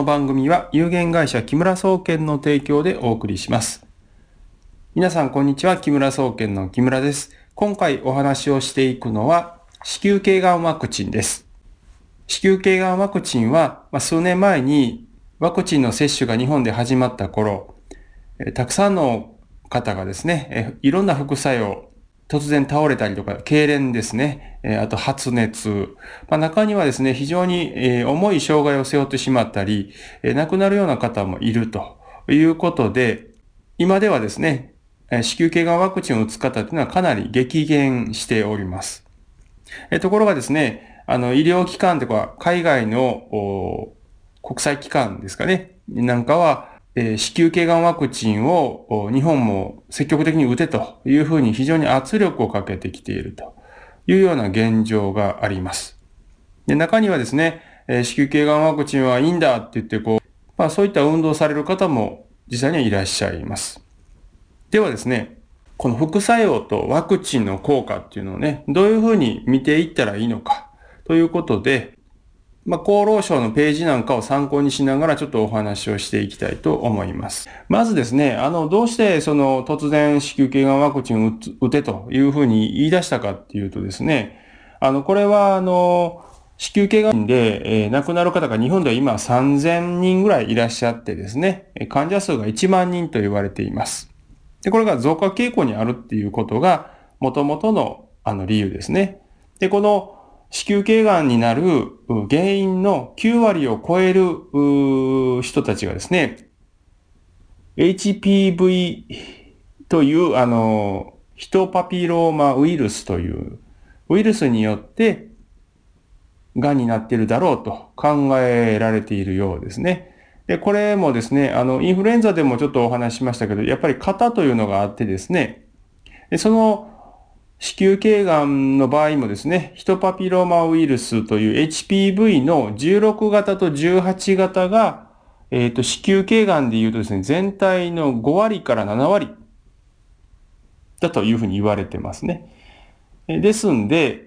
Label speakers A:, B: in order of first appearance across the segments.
A: の番組は有限会社木村総研の提供でお送りします。皆さんこんにちは。木村総研の木村です。今回お話をしていくのは子宮頸がんワクチンです。子宮頸がんワクチンは数年前にワクチンの接種が日本で始まった頃、たくさんの方がですね、いろんな副作用、突然倒れたりとか、痙攣ですね、あと発熱、中にはですね、非常に重い障害を背負ってしまったり、亡くなるような方もいるということで、今ではですね、子宮頸がんワクチンを打つ方というのはかなり激減しております。ところがですね、医療機関とか海外の国際機関ですかね、なんかは、子宮頸がんワクチンを日本も積極的に打てというふうに非常に圧力をかけてきているというような現状があります。で、中にはですね、子宮頸がんワクチンはいいんだって言ってそういった運動される方も実際にはいらっしゃいます。ではですね、この副作用とワクチンの効果っていうのをね、どういうふうに見ていったらいいのかということで、厚労省のページなんかを参考にしながらちょっとお話をしていきたいと思います。まずですね、どうして突然子宮頸がんワクチンを打てというふうに言い出したかっていうとですね、これは子宮頸がんで、亡くなる方が日本では今3000人ぐらいいらっしゃってですね、患者数が1万人と言われています。で、これが増加傾向にあるっていうことが元々の理由ですね。で、この子宮頸がんになる原因の9割を超える人たちがですね、HPV というヒトパピローマウイルスというウイルスによってがんになっているだろうと考えられているようですね。で、これもですね、インフルエンザでもちょっとお話ししましたけど、やっぱり型というのがあってですね、でその子宮頸がんの場合もですね、ヒトパピローマウイルスという HPV の16型と18型が、子宮頸がんでいうとですね、全体の5割から7割だというふうに言われてますね。ですんで、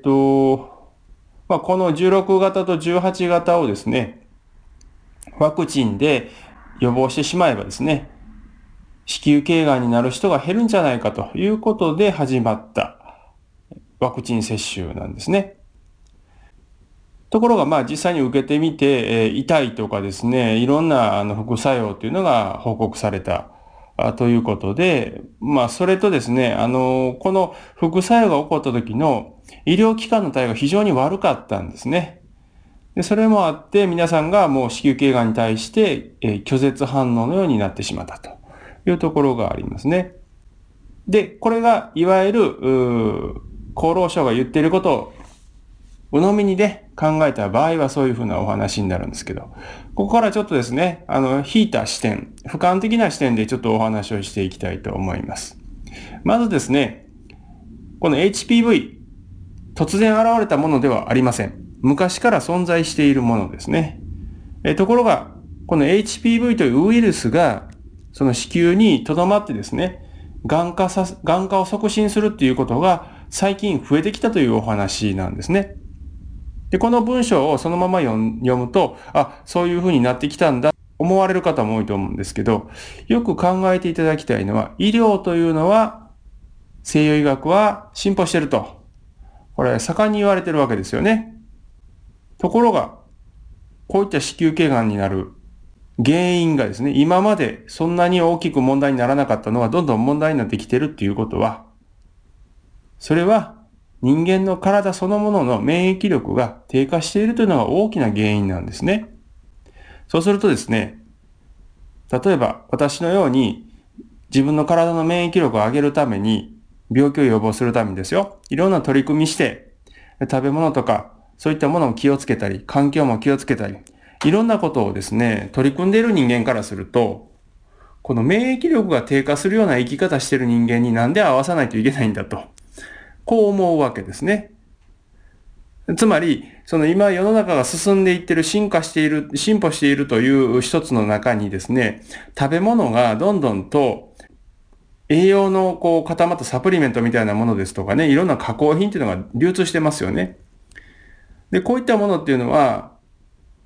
A: この16型と18型をですね、ワクチンで予防してしまえばですね、子宮頸がんになる人が減るんじゃないかということで始まったワクチン接種なんですね。ところが実際に受けてみて、痛いとかですね、いろんな副作用というのが報告されたということで、それとですね、この副作用が起こった時の医療機関の対応が非常に悪かったんですね。で、それもあって皆さんがもう子宮頸がんに対して、拒絶反応のようになってしまったというところがありますね。で、これがいわゆる厚労省が言っていることを鵜呑みにね、考えた場合はそういうふうなお話になるんですけど、ここからちょっとですね、引いた視点、俯瞰的な視点でちょっとお話をしていきたいと思います。まずですね、この HPV、突然現れたものではありません。昔から存在しているものですね。ところが、この HPV というウイルスが、その子宮に留まってですね、がん化を促進するっていうことが最近増えてきたというお話なんですね。で、この文章をそのまま読むと、そういう風になってきたんだ、思われる方も多いと思うんですけど、よく考えていただきたいのは、医療というのは、西洋医学は進歩していると。これ、盛んに言われてるわけですよね。ところが、こういった子宮頸がんになる原因がですね、今までそんなに大きく問題にならなかったのは、どんどん問題になってきているっていうことは、それは人間の体そのものの免疫力が低下しているというのが大きな原因なんですね。そうするとですね、例えば私のように自分の体の免疫力を上げるために病気を予防するためにですよ、いろんな取り組みして、食べ物とかそういったものを気をつけたり、環境も気をつけたり、いろんなことをですね、取り組んでいる人間からすると、この免疫力が低下するような生き方している人間になんで合わさないといけないんだと。こう思うわけですね。つまり、今世の中が進んでいってる、進歩しているという一つの中にですね、食べ物がどんどんと栄養の固まったサプリメントみたいなものですとかね、いろんな加工品っていうのが流通してますよね。で、こういったものっていうのは、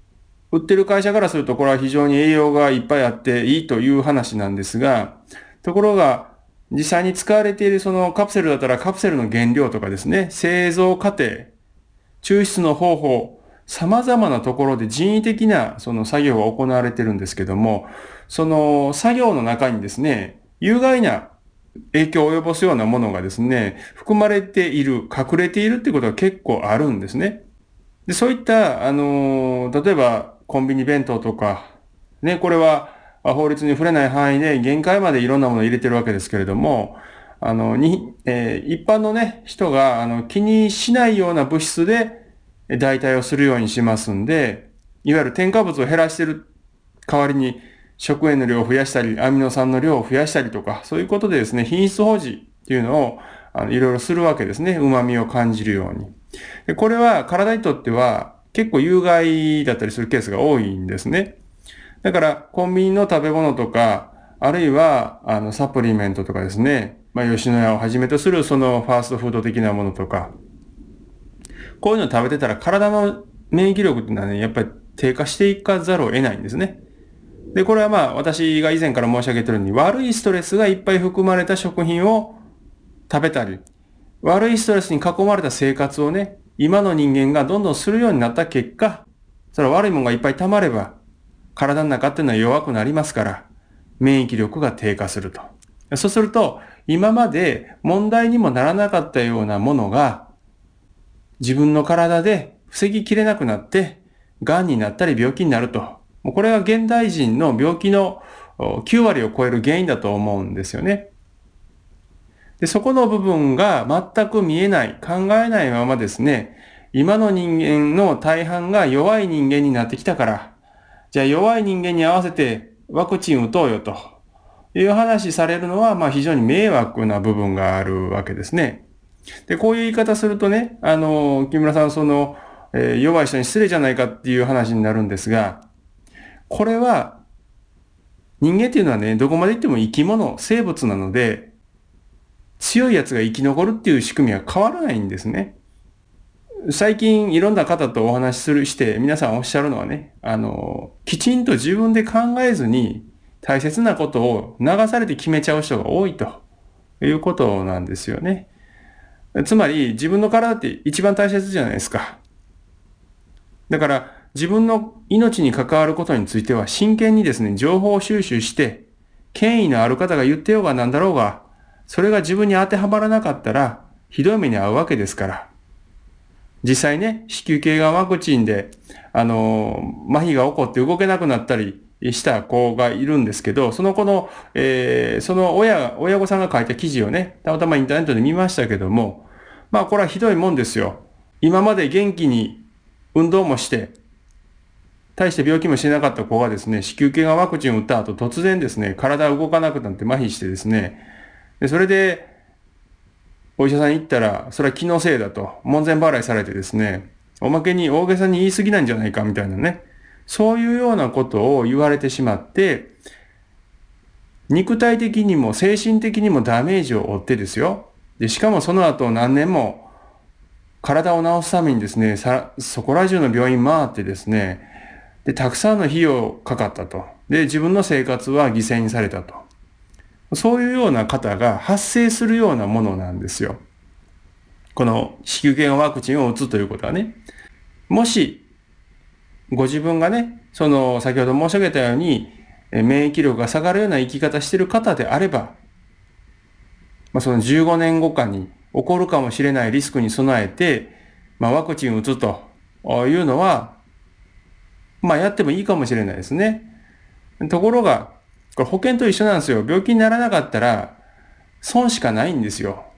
A: 売ってる会社からするとこれは非常に栄養がいっぱいあっていいという話なんですが、ところが実際に使われているそのカプセルだったらカプセルの原料とかですね、製造過程、抽出の方法、様々なところで人為的なその作業が行われているんですけども、その作業の中にですね、有害な影響を及ぼすようなものがですね、含まれている、隠れているっていうことが結構あるんですね。で、そういった、例えばコンビニ弁当とか、ね、これは法律に触れない範囲で限界までいろんなものを入れてるわけですけれども、一般のね、人が、気にしないような物質で代替をするようにしますんで、いわゆる添加物を減らしてる代わりに食塩の量を増やしたり、アミノ酸の量を増やしたりとか、そういうことでですね、品質保持っていうのを、いろいろするわけですね。旨味を感じるように。で、これは体にとっては結構有害だったりするケースが多いんですね。だから、コンビニの食べ物とか、あるいは、サプリメントとかですね、吉野家をはじめとするそのファーストフード的なものとか、こういうのを食べてたら体の免疫力っていうのはね、やっぱり低下していかざるを得ないんですね。で、これは私が以前から申し上げているように、悪いストレスがいっぱい含まれた食品を食べたり、悪いストレスに囲まれた生活をね、今の人間がどんどんするようになった結果、それは悪いものがいっぱい溜まれば、体の中っていうのは弱くなりますから、免疫力が低下すると。そうすると、今まで問題にもならなかったようなものが、自分の体で防ぎきれなくなって、癌になったり病気になると。これが現代人の病気の9割を超える原因だと思うんですよね。で、そこの部分が全く見えない、考えないままですね、今の人間の大半が弱い人間になってきたから、じゃあ弱い人間に合わせてワクチン打とうよという話されるのは、非常に迷惑な部分があるわけですね。で、こういう言い方するとね、木村さん、弱い人に失礼じゃないかっていう話になるんですが、これは人間っていうのはね、どこまで行っても生き物、生物なので、強いやつが生き残るっていう仕組みは変わらないんですね。最近いろんな方とお話しして皆さんおっしゃるのはね、きちんと自分で考えずに大切なことを流されて決めちゃう人が多いということなんですよね。つまり自分の体って一番大切じゃないですか。だから自分の命に関わることについては真剣にですね、情報収集して、権威のある方が言ってようがなんだろうが、それが自分に当てはまらなかったらひどい目に遭うわけですから。実際ね、子宮頸がんワクチンで、麻痺が起こって動けなくなったりした子がいるんですけど、その子の、その親御さんが書いた記事をね、たまたまインターネットで見ましたけども、これはひどいもんですよ。今まで元気に運動もして、大して病気もしてなかった子がですね、子宮頸がんワクチンを打った後、突然ですね、体が動かなくなって麻痺してですね、それで、お医者さんに行ったら、それは気のせいだと、門前払いされてですね、おまけに大げさに言い過ぎなんじゃないかみたいなね、そういうようなことを言われてしまって、肉体的にも精神的にもダメージを負ってですよ。で、しかもその後何年も体を治すためにですね、そこら中の病院回ってですね、で、たくさんの費用かかったと。で、自分の生活は犠牲にされたと。そういうような方が発生するようなものなんですよ。この子宮頸がんワクチンを打つということはね。もし、ご自分がね、先ほど申し上げたように、免疫力が下がるような生き方している方であれば、その15年後かに起こるかもしれないリスクに備えて、ワクチンを打つというのは、やってもいいかもしれないですね。ところが、これ保険と一緒なんですよ。病気にならなかったら、損しかないんですよ。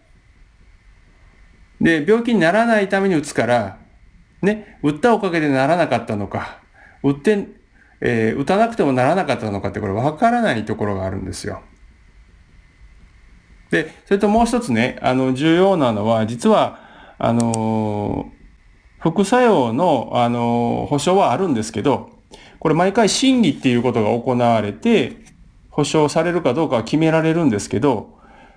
A: で、病気にならないために打つから、ね、打ったおかげでならなかったのか、打たなくてもならなかったのかってこれ分からないところがあるんですよ。で、それともう一つね、重要なのは、実は、副作用の、保証はあるんですけど、これ毎回審議っていうことが行われて、保証されるかどうかは決められるんですけど、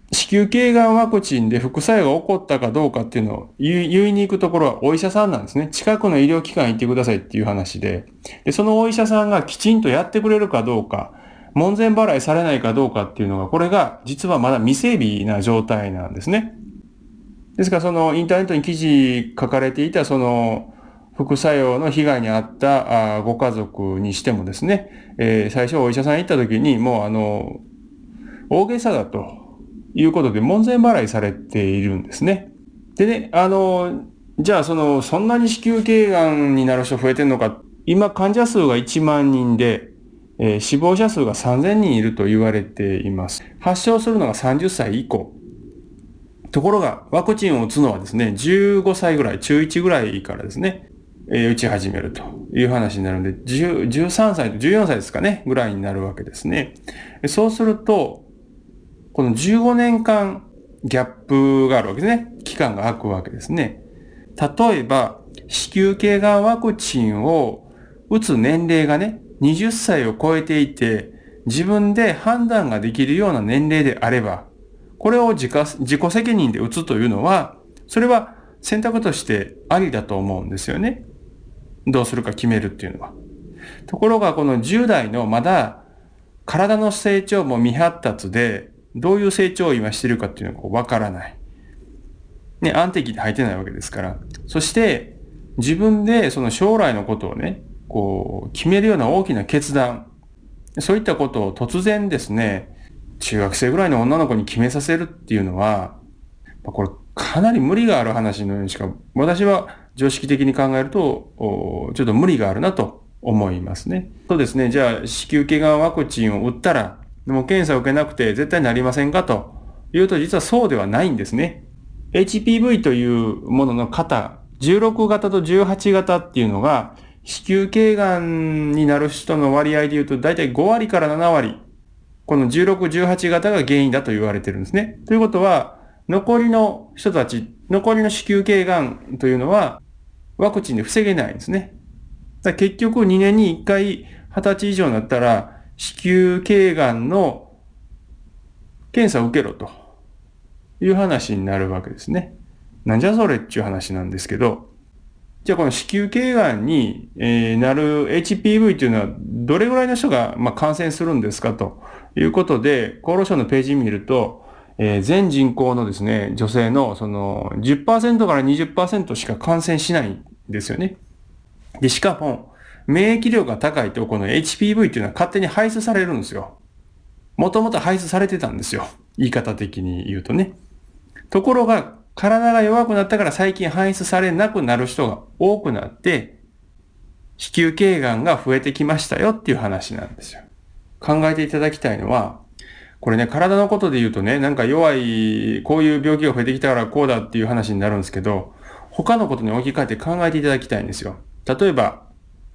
A: 子宮頸がんワクチンで副作用が起こったかどうかっていうのを言いに行くところはお医者さんなんですね。近くの医療機関行ってくださいっていう話で、そのお医者さんがきちんとやってくれるかどうか、門前払いされないかどうかっていうのが、これが実はまだ未整備な状態なんですね。ですからそのインターネットに記事書かれていたその副作用の被害に遭ったご家族にしてもですね、最初お医者さん行った時にもう大げさだということで門前払いされているんですね。でね、じゃあそんなに子宮頸がんになる人増えてんのか。今患者数が1万人で、死亡者数が3000人いると言われています。発症するのが30歳以降。ところが、ワクチンを打つのはですね、15歳ぐらい、中1ぐらいからですね、打ち始めるという話になるので、13歳と14歳ですかね、ぐらいになるわけですね。そうすると、この15年間ギャップがあるわけですね。期間が空くわけですね。例えば、子宮頸がんワクチンを打つ年齢がね、20歳を超えていて、自分で判断ができるような年齢であれば、これを自己責任で打つというのは、それは選択としてありだと思うんですよね。どうするか決めるっていうのは。ところがこの10代のまだ体の成長も未発達で、どういう成長を今しているかっていうのがわからない。ね、安定期で入ってないわけですから。そして自分でその将来のことをね、決めるような大きな決断。そういったことを突然ですね、中学生ぐらいの女の子に決めさせるっていうのは、これかなり無理がある話のようにしか、私は常識的に考えると、ちょっと無理があるなと思いますね。そうですね、じゃあ子宮頸がんワクチンを打ったら、でも検査を受けなくて絶対なりませんかというと、実はそうではないんですね。HPV というものの型、16型と18型っていうのが、子宮頸がんになる人の割合で言うと、だいたい5割から7割、この16、18型が原因だと言われてるんですね。ということは、残りの人たち、残りの子宮頸がんというのは、ワクチンで防げないんですね。結局2年に1回20歳以上になったら、子宮頸がんの検査を受けろという話になるわけですね。なんじゃそれっていう話なんですけど、じゃあこの子宮頸がんになる HPV というのはどれぐらいの人が感染するんですかということで、厚労省のページ見ると、全人口のですね、女性のその 10% から 20% しか感染しないんですよね。で、しかも、免疫力が高いとこの HPV っていうのは勝手に排出されるんですよ。もともと排出されてたんですよ。言い方的に言うとね。ところが、体が弱くなったから最近排出されなくなる人が多くなって、子宮頸がんが増えてきましたよっていう話なんですよ。考えていただきたいのは、これね、体のことで言うとね、なんか弱い、こういう病気が増えてきたからこうだっていう話になるんですけど、他のことに置き換えて考えていただきたいんですよ。例えば、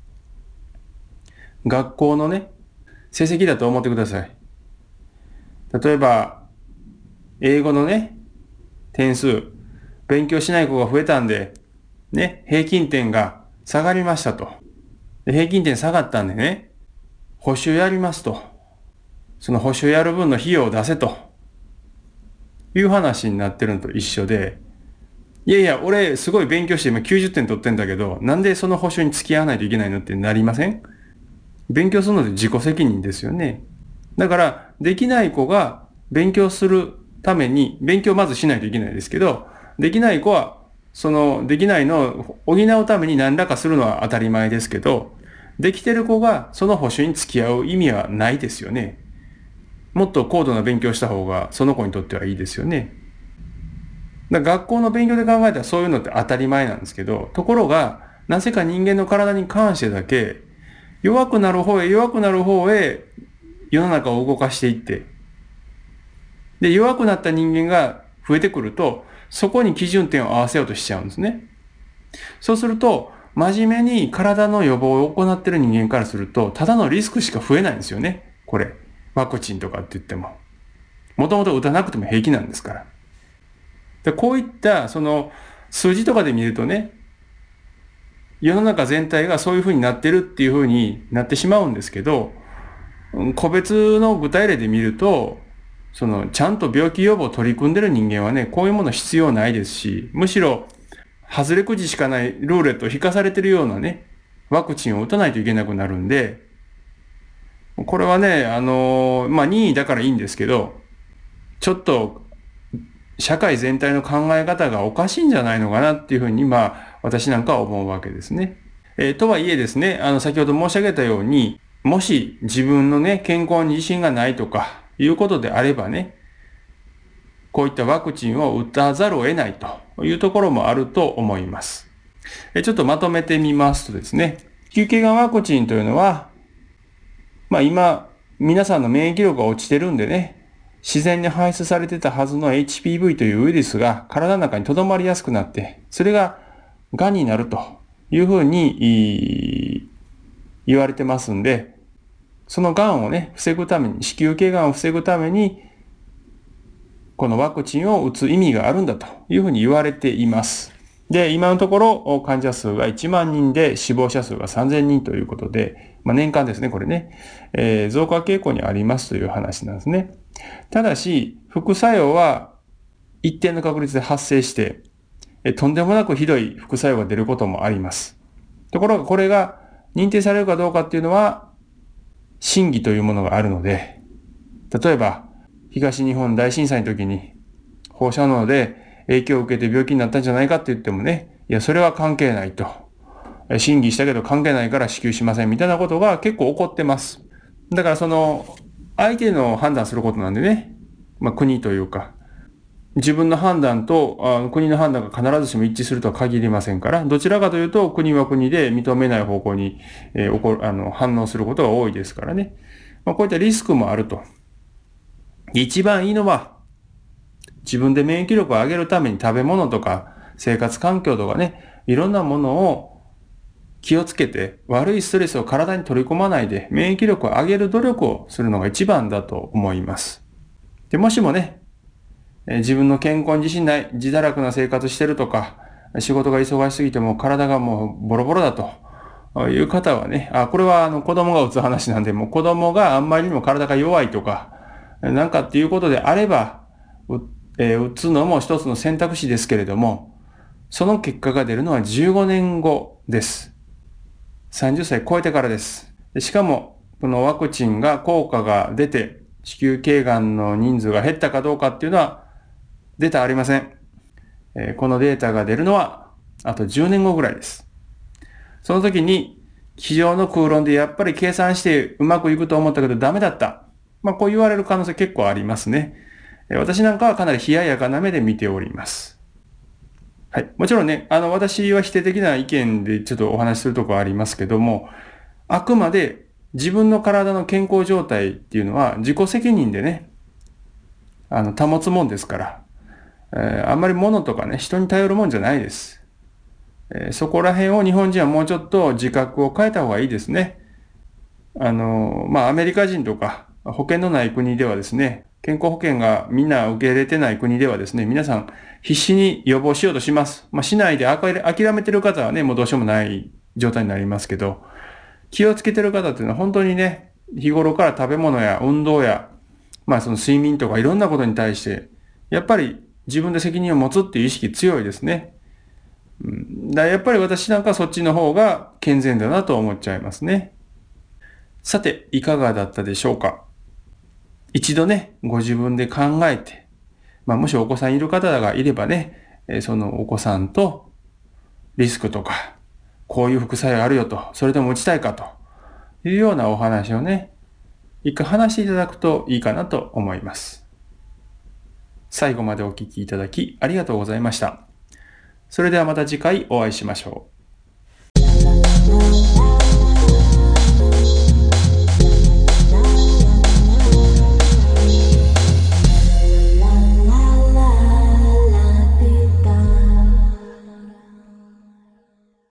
A: 学校のね、成績だと思ってください。例えば、英語のね、点数、勉強しない子が増えたんで、ね、平均点が下がりましたと。平均点下がったんでね、補習やりますと。その補習やる分の費用を出せと。いう話になってるのと一緒で、いやいや、俺すごい勉強して今90点取ってんだけど、なんでその補習に付き合わないといけないのってなりません？勉強するので自己責任ですよね。だから、できない子が勉強するために、勉強まずしないといけないですけど、できない子は、その、できないのを補うために何らかするのは当たり前ですけど、できてる子がその補習に付き合う意味はないですよね。もっと高度な勉強した方がその子にとってはいいですよね。学校の勉強で考えたらそういうのって当たり前なんですけど、ところが、なぜか人間の体に関してだけ、弱くなる方へ弱くなる方へ世の中を動かしていって、で、弱くなった人間が増えてくると、そこに基準点を合わせようとしちゃうんですね。そうすると、真面目に体の予防を行っている人間からすると、ただのリスクしか増えないんですよね。これ。ワクチンとかって言っても。もともと打たなくても平気なんですから。でこういった、その、数字とかで見るとね、世の中全体がそういう風になってるっていう風になってしまうんですけど、個別の具体例で見ると、 ちゃんと病気予防を取り組んでる人間はね、こういうもの必要ないですし、むしろ、外れくじしかないルーレットを引かされてるようなね、ワクチンを打たないといけなくなるんで、これはね、任意だからいいんですけど、ちょっと、社会全体の考え方がおかしいんじゃないのかなっていうふうに、私なんかは思うわけですね。とはいえですね、先ほど申し上げたように、もし自分のね、健康に自信がないとか、いうことであればね、こういったワクチンを打たざるを得ないというところもあると思います。ちょっとまとめてみますとですね、子宮頸がんワクチンというのは、今、皆さんの免疫力が落ちてるんでね、自然に排出されてたはずの HPV というウイルスが体の中に留まりやすくなって、それが癌になるというふうに言われてますんで、その癌をね、防ぐために、子宮頸がんを防ぐために、このワクチンを打つ意味があるんだというふうに言われています。で、今のところ患者数が1万人で死亡者数が3000人ということで、年間ですね、これね、増加傾向にありますという話なんですね。ただし、副作用は一定の確率で発生して、とんでもなくひどい副作用が出ることもあります。ところがこれが認定されるかどうかっていうのは、審議というものがあるので、例えば、東日本大震災の時に放射能で影響を受けて病気になったんじゃないかって言ってもね、いや、それは関係ないと。審議したけど関係ないから支給しませんみたいなことが結構起こってます。だから相手の判断することなんでね、国というか、自分の判断と国の判断が必ずしも一致するとは限りませんから、どちらかというと国は国で認めない方向に、反応することが多いですからね。こういったリスクもあると。一番いいのは、自分で免疫力を上げるために食べ物とか生活環境とかね、いろんなものを気をつけて悪いストレスを体に取り込まないで免疫力を上げる努力をするのが一番だと思います。で、もしもね、自分の健康に自信ない、自堕落な生活してるとか、仕事が忙しすぎても体がもうボロボロだという方はね、これは子供が打つ話なんで、もう子供があんまりにも体が弱いとか、なんかっていうことであれば、打つのも一つの選択肢ですけれども、その結果が出るのは15年後です。30歳超えてからです。しかも、このワクチンが効果が出て、子宮頸がんの人数が減ったかどうかっていうのは、データありません。このデータが出るのは、あと10年後ぐらいです。その時に、机上の空論でやっぱり計算してうまくいくと思ったけどダメだった。こう言われる可能性結構ありますね。私なんかはかなり冷ややかな目で見ております。はい。もちろんね、私は否定的な意見でちょっとお話しするところありますけども、あくまで自分の体の健康状態っていうのは自己責任でね、保つもんですから、あんまり物とかね、人に頼るもんじゃないです。そこら辺を日本人はもうちょっと自覚を変えた方がいいですね。アメリカ人とか保険のない国ではですね、健康保険がみんな受け入れてない国ではですね、皆さん必死に予防しようとします。しないで諦めてる方はね、もうどうしようもない状態になりますけど、気をつけてる方っていうのは本当にね、日頃から食べ物や運動や、その睡眠とかいろんなことに対して、やっぱり自分で責任を持つっていう意識強いですね。やっぱり私なんかそっちの方が健全だなと思っちゃいますね。さて、いかがだったでしょうか。一度ね、ご自分で考えて、もしお子さんいる方がいればね、そのお子さんとリスクとか、こういう副作用あるよと、それでも打ちたいかというようなお話をね、一回話していただくといいかなと思います。最後までお聞きいただきありがとうございました。それではまた次回お会いしましょう。